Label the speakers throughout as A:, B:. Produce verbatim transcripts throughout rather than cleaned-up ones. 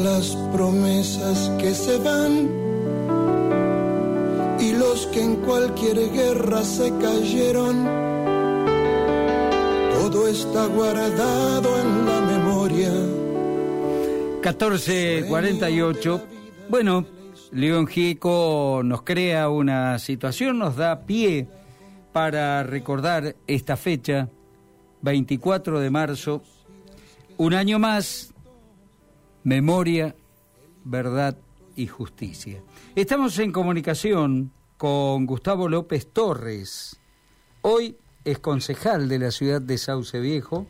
A: las promesas que se van y los que en cualquier guerra se cayeron. Todo está guardado en la memoria.
B: catorce cuarenta y ocho. Bueno, León Gieco nos crea una situación, nos da pie para recordar esta fecha, veinticuatro de marzo, un año más, memoria, verdad y justicia. Estamos en comunicación con Gustavo López Torres. Hoy es concejal de la ciudad de Sauce Viejo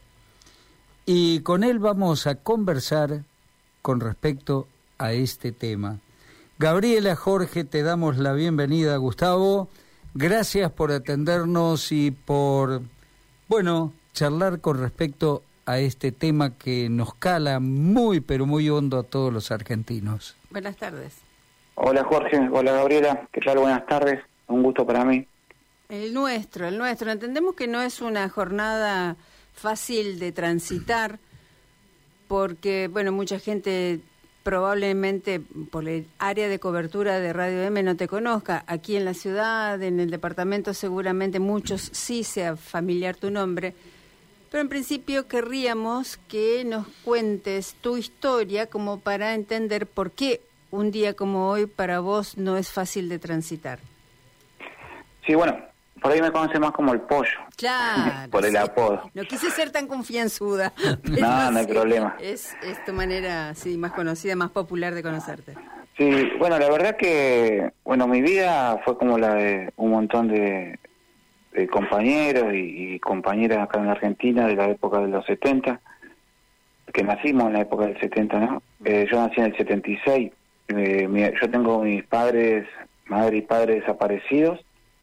B: y con él vamos a conversar con respecto a este tema. Gabriela, Jorge, te damos la bienvenida, Gustavo. Gracias por atendernos y por, bueno, charlar con respecto a este tema que nos cala muy, pero muy hondo a todos los argentinos.
C: Buenas tardes.
D: Hola Jorge, hola Gabriela, ¿qué tal? Buenas tardes, un gusto para mí.
C: El nuestro, el nuestro. Entendemos que no es una jornada fácil de transitar porque, bueno, mucha gente probablemente por el área de cobertura de Radio M no te conozca. Aquí en la ciudad, en el departamento, seguramente muchos sí sea familiar tu nombre. Pero en principio querríamos que nos cuentes tu historia como para entender por qué un día como hoy para vos no es fácil de transitar.
D: Sí, bueno, por ahí me conoce más como el Pollo.
C: Claro.
D: Por el
C: sí.
D: apodo.
C: No quise ser tan confianzuda.
D: No, no hay
C: sí,
D: problema.
C: Es, es tu manera, sí, más conocida, más popular de conocerte.
D: Sí, bueno, la verdad que, bueno, mi vida fue como la de un montón de, de compañeros y, y compañeras acá en Argentina de la época de los setenta, que nacimos en la época del setenta, ¿no? Eh, yo nací en el setenta y seis. Eh, mi, yo tengo mis padres, madre y padre desaparecidos.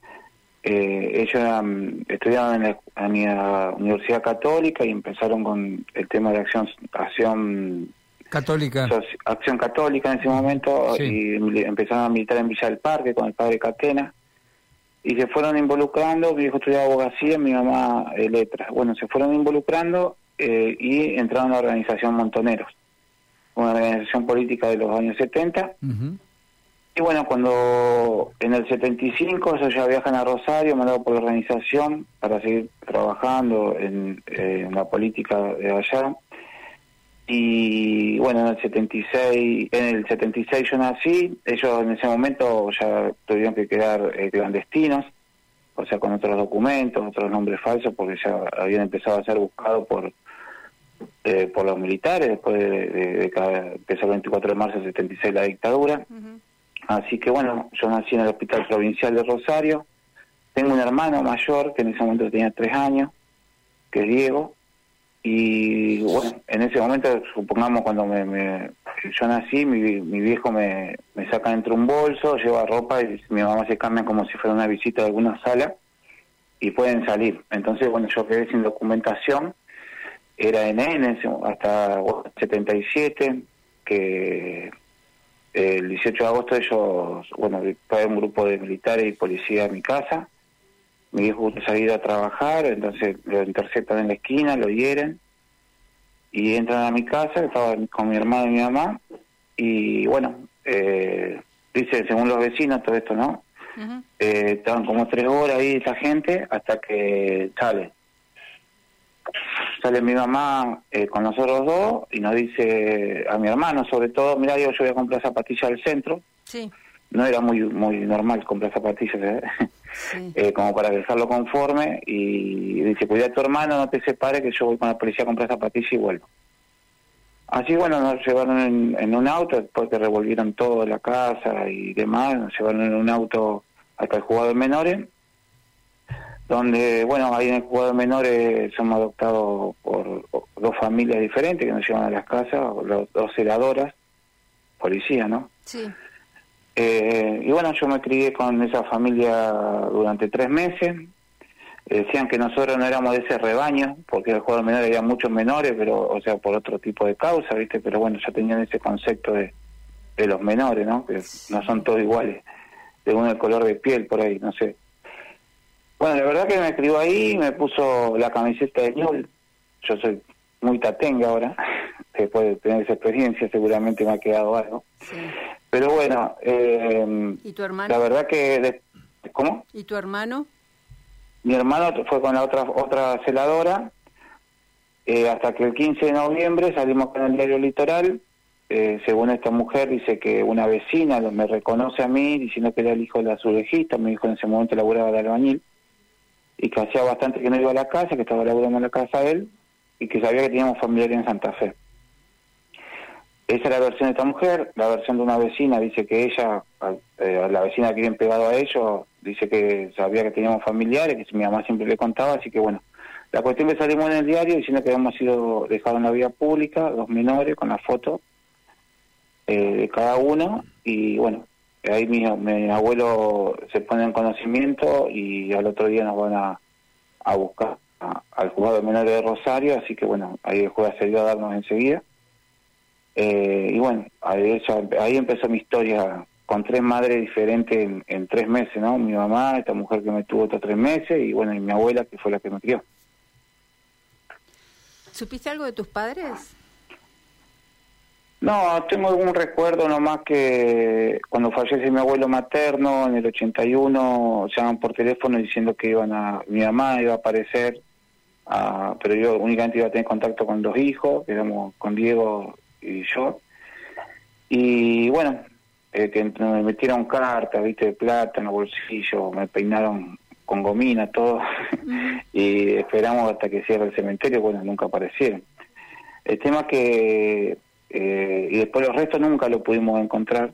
D: Eh, ellos um, estudiaban en la, en la Universidad Católica y empezaron con el tema de acción acción
B: católica
D: so, acción católica en ese momento,
B: sí.
D: Y empezaron a militar en Villa del Parque con el padre Catena y se fueron involucrando. Mi hijo estudiaba abogacía, mi mamá eh, letras. Bueno, se fueron involucrando eh, y entraron a la organización Montoneros, una organización política de los años setenta. Uh-huh. Y bueno, cuando en el setenta y cinco ellos ya viajan a Rosario, mandado por la organización para seguir trabajando en, eh, en la política de allá. Y bueno, en el setenta y seis, en el setenta y seis yo nací. Ellos en ese momento ya tuvieron que quedar eh, clandestinos, o sea, con otros documentos, otros nombres falsos, porque ya habían empezado a ser buscados por eh, por los militares después de, de, de que empezó el veinticuatro de marzo del setenta y seis la dictadura. Uh-huh. Así que bueno, yo nací en el Hospital Provincial de Rosario. Tengo un hermano mayor que en ese momento tenía tres años, que es Diego. Y bueno, en ese momento, supongamos cuando me, me yo nací, mi, mi viejo me, me saca dentro un bolso, lleva ropa y mi mamá se cambia como si fuera una visita de alguna sala y pueden salir. Entonces, bueno, yo quedé sin documentación, era en N hasta bueno, setenta y siete, que el dieciocho de agosto ellos, bueno, trae un grupo de militares y policía a mi casa. Mi hijo ha salido a trabajar, entonces lo interceptan en la esquina, lo hieren y entran a mi casa, estaba con mi hermano y mi mamá, y bueno, eh, dice, según los vecinos, todo esto, ¿no? Uh-huh. Eh, estaban como tres horas ahí esa gente hasta que sale. Sale mi mamá eh, con nosotros dos y nos dice a mi hermano, sobre todo, mira, yo, yo voy a comprar zapatillas al centro. Sí. No era muy muy normal comprar zapatillas, ¿eh? Sí. eh, como para dejarlo conforme, y dice, cuida a tu hermano, no te separes, que yo voy con la policía a comprar zapatillas y vuelvo. Así, bueno, nos llevaron en, en un auto, después que revolvieron toda la casa y demás, nos llevaron en un auto hasta el juzgado de menores, donde, bueno, ahí en el juzgado de menores somos adoptados por dos familias diferentes que nos llevan a las casas, los, dos celadoras, policía, ¿no? Sí. Eh, y bueno, yo me crié con esa familia durante tres meses. Eh, decían que nosotros no éramos de ese rebaño, porque en el juego de menores había muchos menores, pero, o sea, por otro tipo de causa, ¿viste? Pero bueno, ya tenían ese concepto de, de los menores, ¿no? Que no son todos iguales, según el color de piel, por ahí, no sé. Bueno, la verdad que me escribió ahí, me puso la camiseta de Ñul. Yo soy muy tatenga ahora. después de tener esa experiencia seguramente me ha quedado algo.
C: Sí.
D: Pero bueno, eh,
C: ¿Y tu hermano?
D: la verdad que... De, ¿Cómo?
C: ¿Y tu hermano?
D: Mi hermano fue con la otra otra celadora, eh, hasta que el quince de noviembre salimos con el diario Litoral. Eh, según esta mujer, dice que una vecina me reconoce a mí diciendo que era el hijo de la surejista. Mi hijo en ese momento laburaba de albañil y que hacía bastante que no iba a la casa, que estaba laburando en la casa de él y que sabía que teníamos familia en Santa Fe. Esa es la versión de esta mujer. La versión de una vecina dice que ella, a, eh, a la vecina que había pegado a ellos, dice que sabía que teníamos familiares, que mi mamá siempre le contaba, así que bueno, la cuestión que salimos en el diario diciendo que habíamos sido dejados en la vía pública, dos menores, con la foto eh, de cada uno, y bueno, ahí mi, mi abuelo se pone en conocimiento y al otro día nos van a, a buscar a, al juzgado de menores de Rosario, así que bueno, ahí el juez accedió a darnos enseguida. Eh, y bueno, ahí, eso, ahí empezó mi historia con tres madres diferentes en, en tres meses, ¿no? Mi mamá, esta mujer que me tuvo otros tres meses, y bueno, y mi abuela, que fue la que me crió.
C: ¿Supiste algo de tus padres?
D: No, tengo algún recuerdo nomás que cuando fallece mi abuelo materno en el ochenta y uno, llaman por teléfono diciendo que iban a, mi mamá iba a aparecer, a, pero yo únicamente iba a tener contacto con dos hijos, que éramos con Diego y yo. Y bueno, eh, que me metieron cartas, viste, de plata en los bolsillos, me peinaron con gomina, todo, y esperamos hasta que cierre el cementerio, bueno, nunca aparecieron. El tema es que, eh, y después los restos nunca lo pudimos encontrar,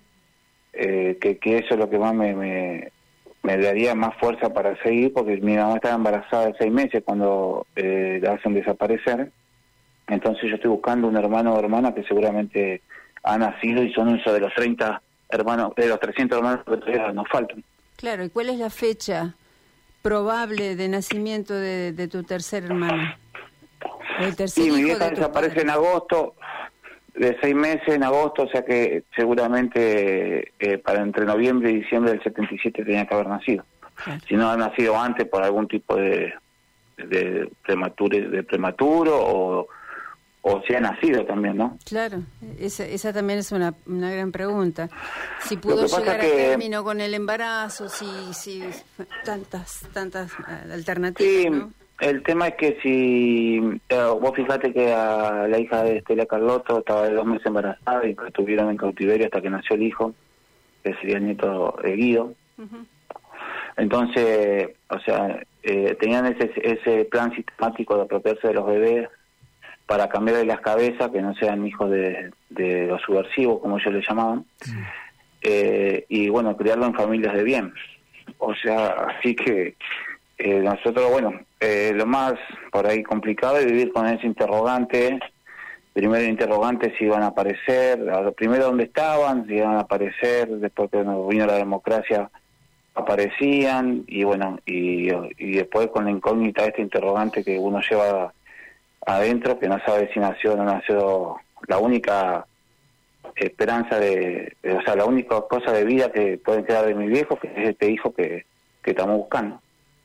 D: eh, que, que eso es lo que más me, me, me daría más fuerza para seguir, porque mi mamá estaba embarazada de seis meses cuando eh, la hacen desaparecer. Entonces yo estoy buscando un hermano o hermana que seguramente ha nacido y son uno de los treinta hermanos, de los trescientos hermanos que todavía nos faltan.
C: Claro, ¿y cuál es la fecha probable de nacimiento de, de tu tercer hermano? O el tercer
D: Sí,
C: hijo
D: mi vieja
C: de tu
D: desaparece
C: padre.
D: en agosto, de seis meses en agosto, o sea que seguramente eh, para entre noviembre y diciembre del setenta y siete tenía que haber nacido.
C: Claro.
D: Si no ha nacido antes por algún tipo de, de, prematuro, de prematuro o... o si ha nacido también, ¿no?
C: Claro, esa, esa también es una, una gran pregunta. Si pudo
D: Lo que pasa
C: llegar
D: que-
C: a término con el embarazo, si, si tantas tantas eh, alternativas,
D: Sí,
C: ¿no?
D: el tema es que si... Eh, vos fijate que a la hija de Estela Carlotto estaba de dos meses embarazada y que estuvieron en cautiverio hasta que nació el hijo, que sería el nieto de Guido.
C: Uh-huh.
D: Entonces, o sea, eh, tenían ese, ese plan sistemático de apropiarse de los bebés para cambiarle las cabezas, que no sean hijos de, de los subversivos, como ellos le llamaban, eh, y bueno, criarlo en familias de bien. O sea, así que eh, nosotros, bueno, eh, lo más por ahí complicado es vivir con ese interrogante. Primero el interrogante si iban a aparecer, a lo primero dónde estaban, si iban a aparecer, después que nos vino la democracia aparecían, y bueno, y, y después con la incógnita de este interrogante que uno lleva adentro, que no sabe si nació o no nació, la única esperanza de, de, o sea, la única cosa de vida que pueden quedar de mi viejo, que es este hijo que, que estamos buscando.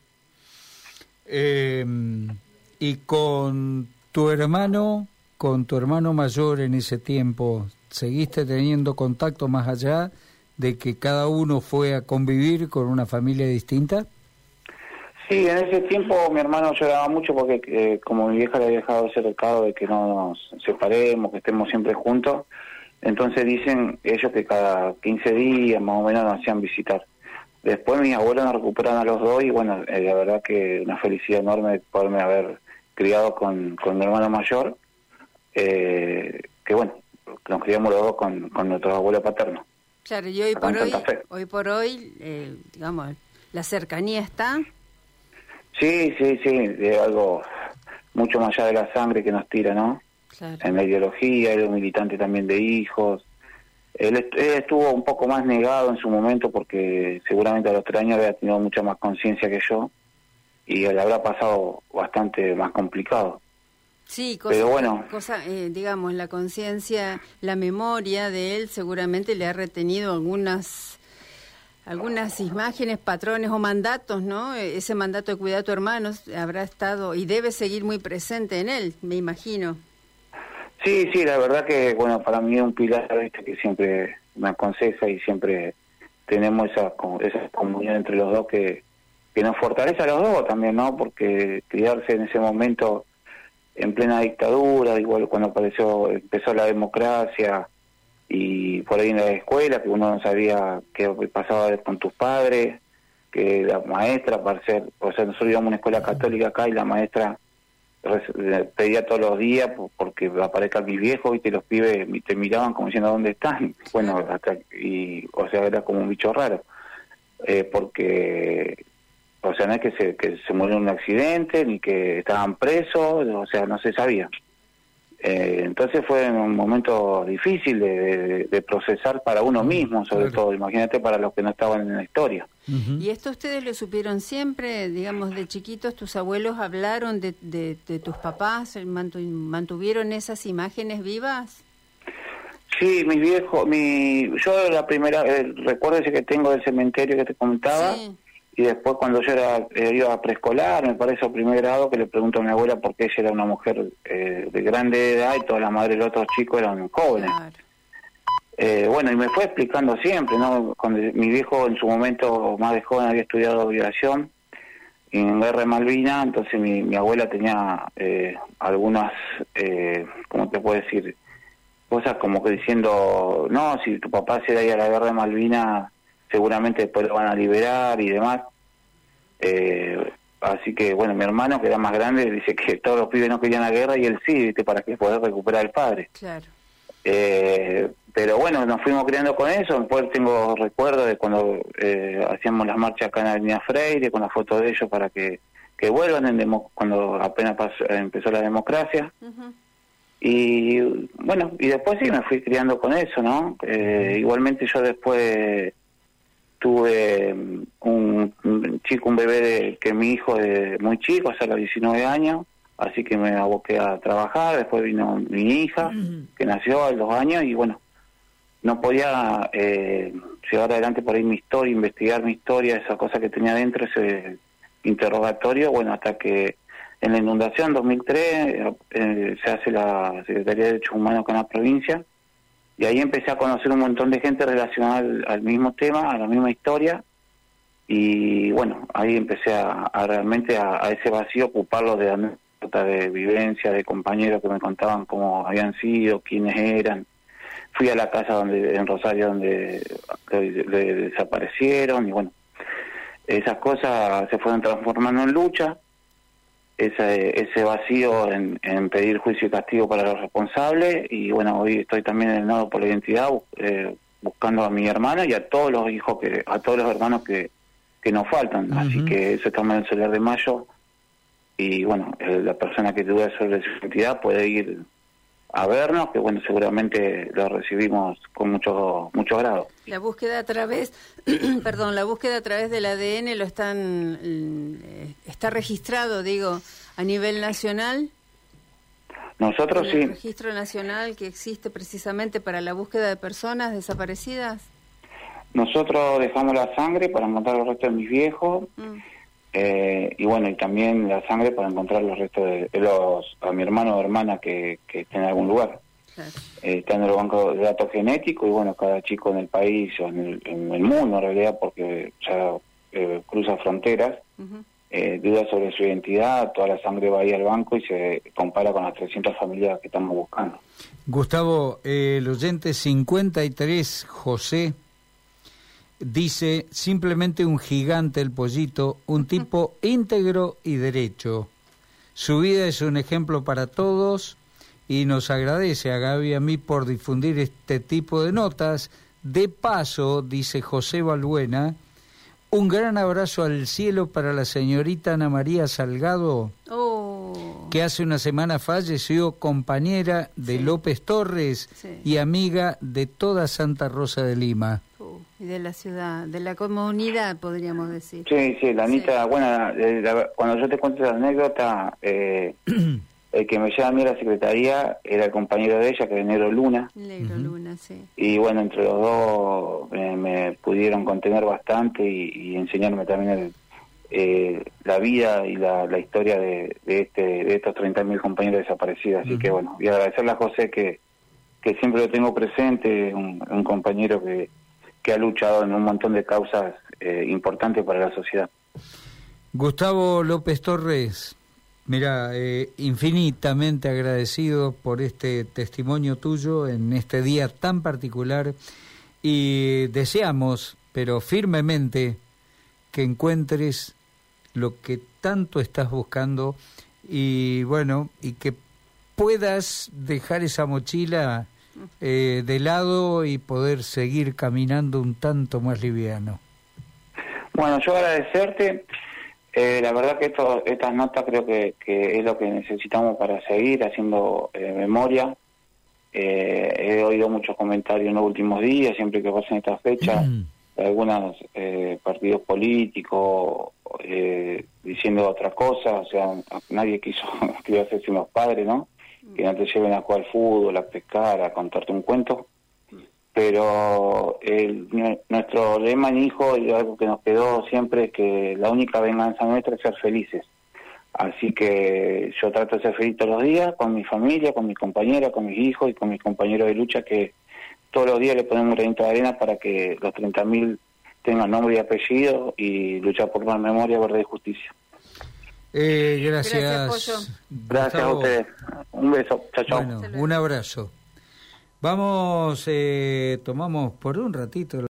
B: Eh, y con tu hermano, con tu hermano mayor en ese tiempo, ¿seguiste teniendo contacto más allá de que cada uno fue a convivir con una familia distinta?
D: Sí, en ese tiempo mi hermano lloraba mucho porque eh, como mi vieja le había dejado ese recado de que no nos separemos, que estemos siempre juntos, entonces dicen ellos que cada quince días más o menos nos hacían visitar. Después mis abuelos nos recuperaron a los dos y bueno, eh, la verdad que una felicidad enorme poderme haber criado con, con mi hermano mayor, eh, que bueno, nos criamos los dos con, con nuestros abuelos paternos.
C: Claro, y hoy
D: Acá
C: por
D: en
C: hoy,
D: Santa Fe.
C: hoy por hoy, eh, digamos, la cercanía está.
D: Sí, sí, sí, de algo mucho más allá de la sangre que nos tira, ¿no?
C: Claro.
D: En la ideología, él es un militante también de hijos. Él, est- él estuvo un poco más negado en su momento porque seguramente a los tres años había tenido mucha más conciencia que yo y le habrá pasado bastante más complicado.
C: Sí, cosa,
D: Pero bueno.
C: cosa eh, digamos, la conciencia, la memoria de él seguramente le ha retenido algunas algunas imágenes, patrones o mandatos, ¿no? Ese mandato de cuidar a tu hermano habrá estado y debe seguir muy presente en él, me imagino.
D: Sí, sí, la verdad que, bueno, para mí es un pilar, viste, que siempre me aconseja y siempre tenemos esa, esa comunión entre los dos que, que nos fortalece a los dos también, ¿no? Porque criarse en ese momento en plena dictadura, igual cuando apareció, empezó la democracia y por ahí en la escuela, que uno no sabía qué pasaba con tus padres, que la maestra, para ser, o sea, nosotros íbamos a una escuela católica acá y la maestra pedía todos los días porque aparezcan mis viejos, y los pibes te miraban como diciendo ¿dónde están? Bueno, hasta, y o sea, era como un bicho raro, eh, porque o sea, no es que se que se murió en un accidente ni que estaban presos, o sea, no se sabía. Eh, entonces fue un momento difícil de, de, de procesar para uno mismo, sobre claro. todo, imagínate para los que no estaban en la historia.
C: Uh-huh. ¿Y esto ustedes lo supieron siempre, digamos, de chiquitos? ¿Tus abuelos hablaron de, de, de tus papás? Mantu, ¿Mantuvieron esas imágenes vivas?
D: Sí, mis viejos, mi, yo la primera, eh, recuerdo ese que tengo del cementerio que te comentaba, sí. Y después cuando yo era eh, iba a preescolar, me parece, a primer grado, que le pregunto a mi abuela por qué ella era una mujer eh, de grande edad y todas las madres de los otros chicos eran jóvenes. Claro. Eh, bueno, y me fue explicando siempre, ¿no? Cuando mi viejo en su momento más de joven había estudiado aviación en Guerra de Malvinas, entonces mi, mi abuela tenía eh, algunas, eh, ¿cómo te puedo decir? Cosas como que diciendo, no, si tu papá se da ahí a la Guerra de Malvinas, seguramente después lo van a liberar y demás. Eh, así que, bueno, mi hermano, que era más grande, dice que todos los pibes no querían la guerra y él sí, ¿viste? Para que poder recuperar al padre.
C: Claro.
D: Eh, pero bueno, nos fuimos criando con eso. Después tengo recuerdos de cuando eh, hacíamos las marchas acá en la Avenida Freire, con la foto de ellos para que, que vuelvan, en demo, cuando apenas pasó, empezó la democracia. Uh-huh. Y bueno, y después sí me fui criando con eso, ¿no? Eh, igualmente yo después tuve un, un chico, un bebé de, que mi hijo es muy chico, hasta los diecinueve años, así que me aboqué a trabajar. Después vino mi hija, que nació a los dos años, y bueno, no podía eh, llevar adelante por ahí mi historia, investigar mi historia, esa cosa que tenía dentro, ese interrogatorio, bueno, hasta que en la inundación dos mil tres eh, se hace la Secretaría de Derechos Humanos acá en la provincia, y ahí empecé a conocer un montón de gente relacionada al, al mismo tema, a la misma historia, y bueno, ahí empecé a, a realmente a, a ese vacío ocuparlo de anécdotas, de vivencia, de compañeros que me contaban cómo habían sido, quiénes eran. Fui a la casa donde en Rosario donde le, le desaparecieron, y bueno, esas cosas se fueron transformando en lucha. Ese, ese vacío en, en pedir juicio y castigo para los responsables, y bueno, hoy estoy también en el Nodo por la Identidad eh, buscando a mi hermana y a todos los hijos, que a todos los hermanos que, que nos faltan. Uh-huh. Así que eso estamos en el Solar de Mayo, y bueno, eh, la persona que duda sobre su identidad puede ir a vernos, que bueno, seguramente lo recibimos con mucho mucho agrado.
C: La búsqueda a través, perdón, la búsqueda a través del A D N lo están, eh, está registrado, digo, a nivel nacional.
D: Nosotros sí.
C: ¿El registro nacional que existe precisamente para la búsqueda de personas desaparecidas? Nosotros dejamos la sangre para encontrar los restos de mis viejos. Mm.
D: Eh, y bueno, y también la sangre para encontrar los restos de, de los a mi hermano o hermana que, que estén en algún lugar. Claro. Eh, está en el banco de datos genéticos, y bueno, cada chico en el país o en el, en el mundo en realidad, porque ya eh, cruza fronteras, uh-huh. eh, duda sobre su identidad, toda la sangre va ahí al banco y se compara con las trescientas familias que estamos buscando.
B: Gustavo, eh, el oyente cincuenta y tres, José, dice: simplemente un gigante el pollito, un tipo íntegro y derecho. Su vida es un ejemplo para todos, y nos agradece a Gaby y a mí por difundir este tipo de notas. De paso, dice José Balbuena, un gran abrazo al cielo para la señorita Ana María Salgado, oh. que hace una semana falleció, compañera de sí. López Torres sí. y amiga de toda Santa Rosa de Lima.
C: Y de la ciudad, de la comunidad, podríamos decir.
D: Sí, sí, la Anita, sí. bueno, eh, la, cuando yo te cuento esa anécdota, eh, el que me lleva a mí a la secretaría era el compañero de ella, que era Negro Luna.
C: Negro uh-huh. Luna, sí.
D: Y bueno, entre los dos eh, me pudieron contener bastante y, y enseñarme también el, eh, la vida y la, la historia de, de este de estos treinta mil compañeros desaparecidos. Así uh-huh. que bueno, y agradecerle a José que, que siempre lo tengo presente, un, un compañero que, que ha luchado en un montón de causas eh, importantes para la sociedad.
B: Gustavo López Torres, mira, eh, infinitamente agradecido por este testimonio tuyo en este día tan particular, y deseamos, pero firmemente, que encuentres lo que tanto estás buscando y bueno, y que puedas dejar esa mochila eh, de lado y poder seguir caminando un tanto más liviano.
D: Bueno, yo agradecerte. Eh, la verdad que esto, estas notas creo que, que es lo que necesitamos para seguir haciendo eh, memoria. Eh, he oído muchos comentarios en los últimos días, siempre que pasan estas fechas, mm. de algunos eh, partidos políticos eh, diciendo otra cosa. O sea, nadie quiso que iba a hacer sin los padres, ¿no? Que no te lleven a jugar al fútbol, a pescar, a contarte un cuento. Pero el, nuestro lema en hijo, y algo que nos quedó siempre, es que la única venganza nuestra es ser felices. Así que yo trato de ser feliz todos los días, con mi familia, con mis compañeras, con mis hijos y con mis compañeros de lucha, que todos los días le ponemos un granito de arena para que los treinta mil tengan nombre y apellido y luchar por la memoria, verdad y justicia.
B: Eh, gracias.
C: Gracias,
D: gracias a ustedes. Un beso. Chao, chao.
B: Bueno, un abrazo. Vamos, eh, tomamos por un ratito.